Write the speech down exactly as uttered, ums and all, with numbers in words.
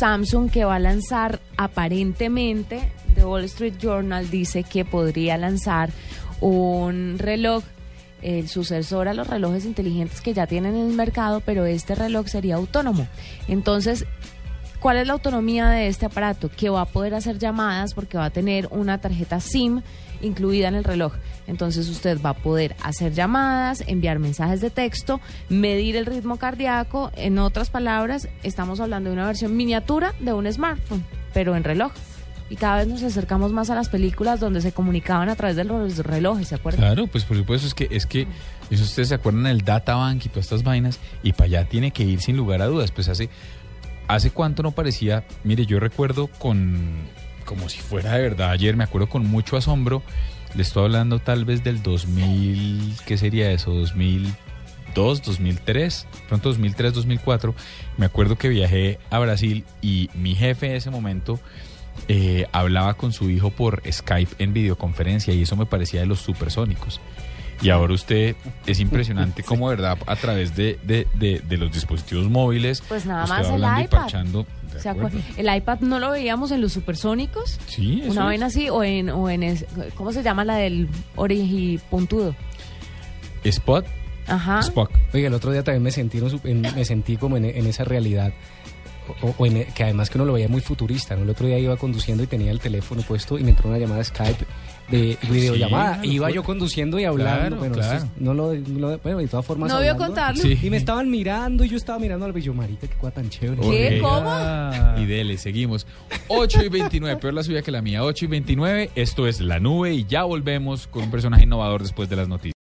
Samsung, que va a lanzar aparentemente, The Wall Street Journal dice que podría lanzar un reloj, el sucesor a los relojes inteligentes que ya tienen en el mercado, pero este reloj sería autónomo. Entonces, ¿cuál es la autonomía de este aparato? Que va a poder hacer llamadas porque va a tener una tarjeta SIM incluida en el reloj. Entonces usted va a poder hacer llamadas, enviar mensajes de texto, medir el ritmo cardíaco. En otras palabras, estamos hablando de una versión miniatura de un smartphone, pero en reloj. Y cada vez nos acercamos más a las películas donde se comunicaban a través de los relojes, ¿se acuerdan? Claro, pues por supuesto, es que, es que eso ustedes se acuerdan del databank y todas estas vainas, y para allá tiene que ir sin lugar a dudas. Pues hace, hace cuánto no parecía, mire, yo recuerdo con, como si fuera de verdad ayer, me acuerdo con mucho asombro, le estoy hablando tal vez del dos mil, ¿qué sería eso? dos mil dos, dos mil tres, pronto dos mil tres, dos mil cuatro, me acuerdo que viajé a Brasil y mi jefe en ese momento eh, hablaba con su hijo por Skype en videoconferencia y eso me parecía de los supersónicos. Y ahora usted, es impresionante cómo, verdad, a través de, de, de, de los dispositivos móviles, pues nada usted más va el hablando y iPad. parchando. ¿Se acuerdan? El iPad no lo veíamos en los supersónicos. Sí, eso una es. vaina así, o en, o en es, ¿cómo se llama la del origipuntudo? Spot. Ajá. Spock. Oiga, el otro día también me sentí, en, me sentí como en, en esa realidad, o, o en, que además que uno lo veía muy futurista, ¿no? El otro día iba conduciendo y tenía el teléfono puesto y me entró una llamada Skype de videollamada. Sí, Iba claro. yo conduciendo y hablando. Claro, bueno, claro. esto es- no lo, no lo- bueno, de todas formas. No vio hablando. contarlo. Sí. Y me estaban mirando y yo estaba mirando al yo, marica, qué cosa tan chévere. ¿Qué? Oiga. ¿Cómo? Y dele, seguimos. ocho y veintinueve, peor la suya que la mía. ocho y veintinueve, esto es La Nube y ya volvemos con un personaje innovador después de las noticias.